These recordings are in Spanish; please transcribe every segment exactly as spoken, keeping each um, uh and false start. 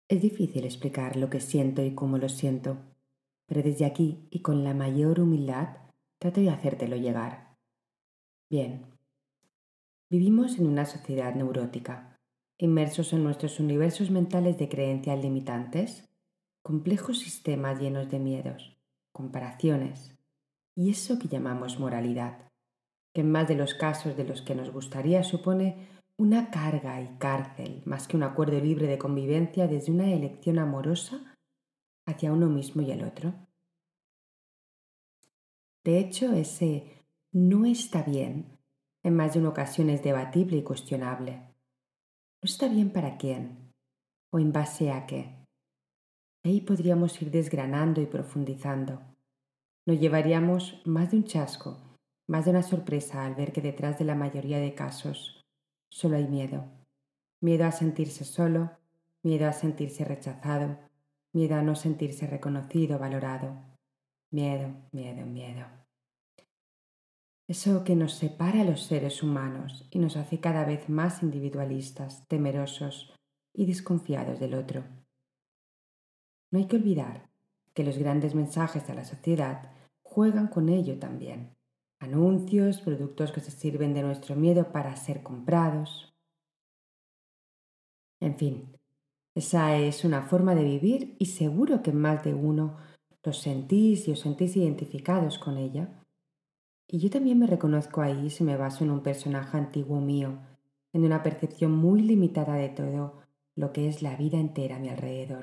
Es difícil explicar lo que siento y cómo lo siento, pero desde aquí y con la mayor humildad trato de hacértelo llegar. Bien, vivimos en una sociedad neurótica, inmersos en nuestros universos mentales de creencias limitantes, complejos sistemas llenos de miedos, comparaciones y eso que llamamos moralidad, que en más de los casos de los que nos gustaría supone una carga y cárcel más que un acuerdo libre de convivencia desde una elección amorosa hacia uno mismo y el otro. De hecho, ese no está bien en más de una ocasión es debatible y cuestionable. ¿No está bien para quién? ¿O en base a qué? Ahí podríamos ir desgranando y profundizando. Nos llevaríamos más de un chasco, más de una sorpresa al ver que detrás de la mayoría de casos solo hay miedo. Miedo a sentirse solo, miedo a sentirse rechazado, miedo a no sentirse reconocido, valorado. Miedo, miedo, miedo. Eso que nos separa a los seres humanos y nos hace cada vez más individualistas, temerosos y desconfiados del otro. No hay que olvidar que los grandes mensajes a la sociedad juegan con ello también. Anuncios, productos que se sirven de nuestro miedo para ser comprados. En fin, esa es una forma de vivir y seguro que más de uno los sentís y os sentís identificados con ella. Y yo también me reconozco ahí si me baso en un personaje antiguo mío, en una percepción muy limitada de todo lo que es la vida entera a mi alrededor.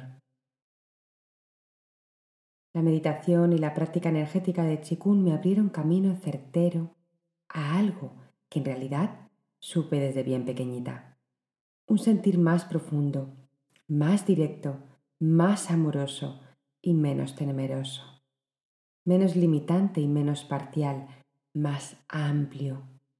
La meditación y la práctica energética de Qigong me abrieron camino certero a algo que en realidad supe desde bien pequeñita. Un sentir más profundo, más directo, más amoroso y menos temeroso. Menos limitante y menos parcial, más amplio.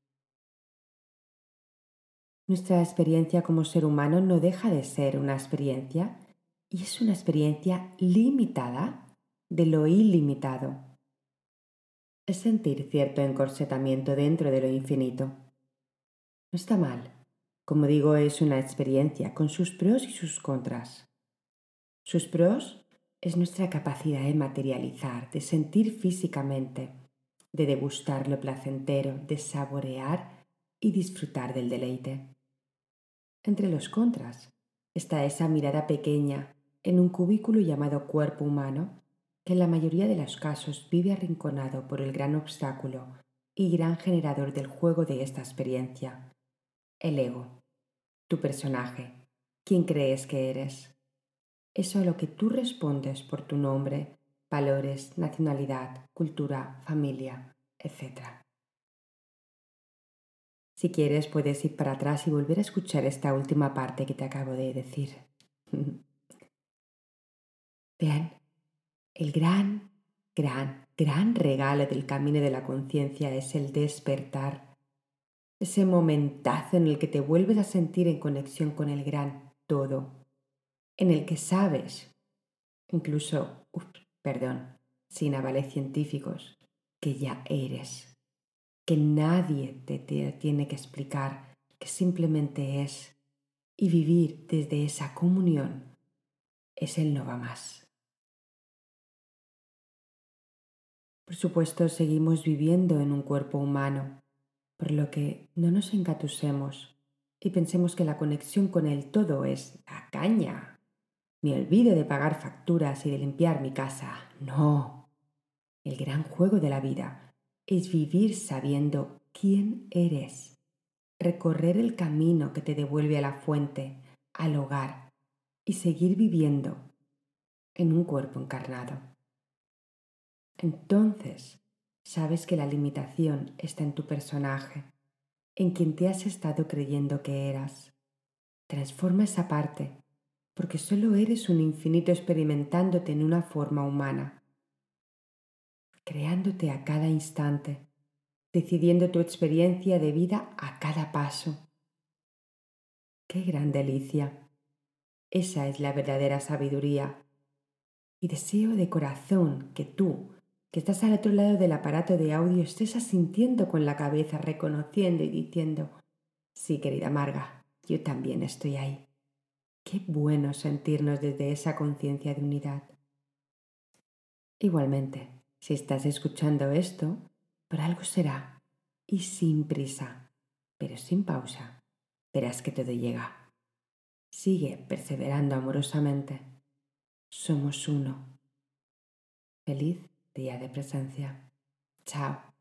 Nuestra experiencia como ser humano no deja de ser una experiencia y es una experiencia limitada de lo ilimitado. Es sentir cierto encorsetamiento dentro de lo infinito. No está mal. Como digo, es una experiencia con sus pros y sus contras. Sus pros es nuestra capacidad de materializar, de sentir físicamente, de degustar lo placentero, de saborear y disfrutar del deleite. Entre los contras está esa mirada pequeña en un cubículo llamado cuerpo humano que en la mayoría de los casos vive arrinconado por el gran obstáculo y gran generador del juego de esta experiencia, el ego, tu personaje, quién crees que eres. Eso a lo que tú respondes por tu nombre, valores, nacionalidad, cultura, familia, etcétera. Si quieres, puedes ir para atrás y volver a escuchar esta última parte que te acabo de decir. Vean, el gran, gran, gran regalo del camino de la conciencia es el despertar. Ese momentazo en el que te vuelves a sentir en conexión con el gran todo, en el que sabes, incluso, uf, perdón, sin avales científicos, que ya eres. Que nadie te, te tiene que explicar, que simplemente es, y vivir desde esa comunión es el no va más. Por supuesto, seguimos viviendo en un cuerpo humano, por lo que no nos engatusemos y pensemos que la conexión con el todo es la caña. Me olvido de pagar facturas y de limpiar mi casa. No. El gran juego de la vida es vivir sabiendo quién eres. Recorrer el camino que te devuelve a la fuente, al hogar, y seguir viviendo en un cuerpo encarnado. Entonces, sabes que la limitación está en tu personaje, en quien te has estado creyendo que eras. Transforma esa parte, porque solo eres un infinito experimentándote en una forma humana, creándote a cada instante, decidiendo tu experiencia de vida a cada paso. ¡Qué gran delicia! Esa es la verdadera sabiduría. Y deseo de corazón que tú, que estás al otro lado del aparato de audio, estés asintiendo con la cabeza, reconociendo y diciendo, sí, querida Marga, yo también estoy ahí. Qué bueno sentirnos desde esa conciencia de unidad. Igualmente, si estás escuchando esto, por algo será, y sin prisa, pero sin pausa, verás que todo llega. Sigue perseverando amorosamente. Somos uno. Feliz día de presencia. Chao.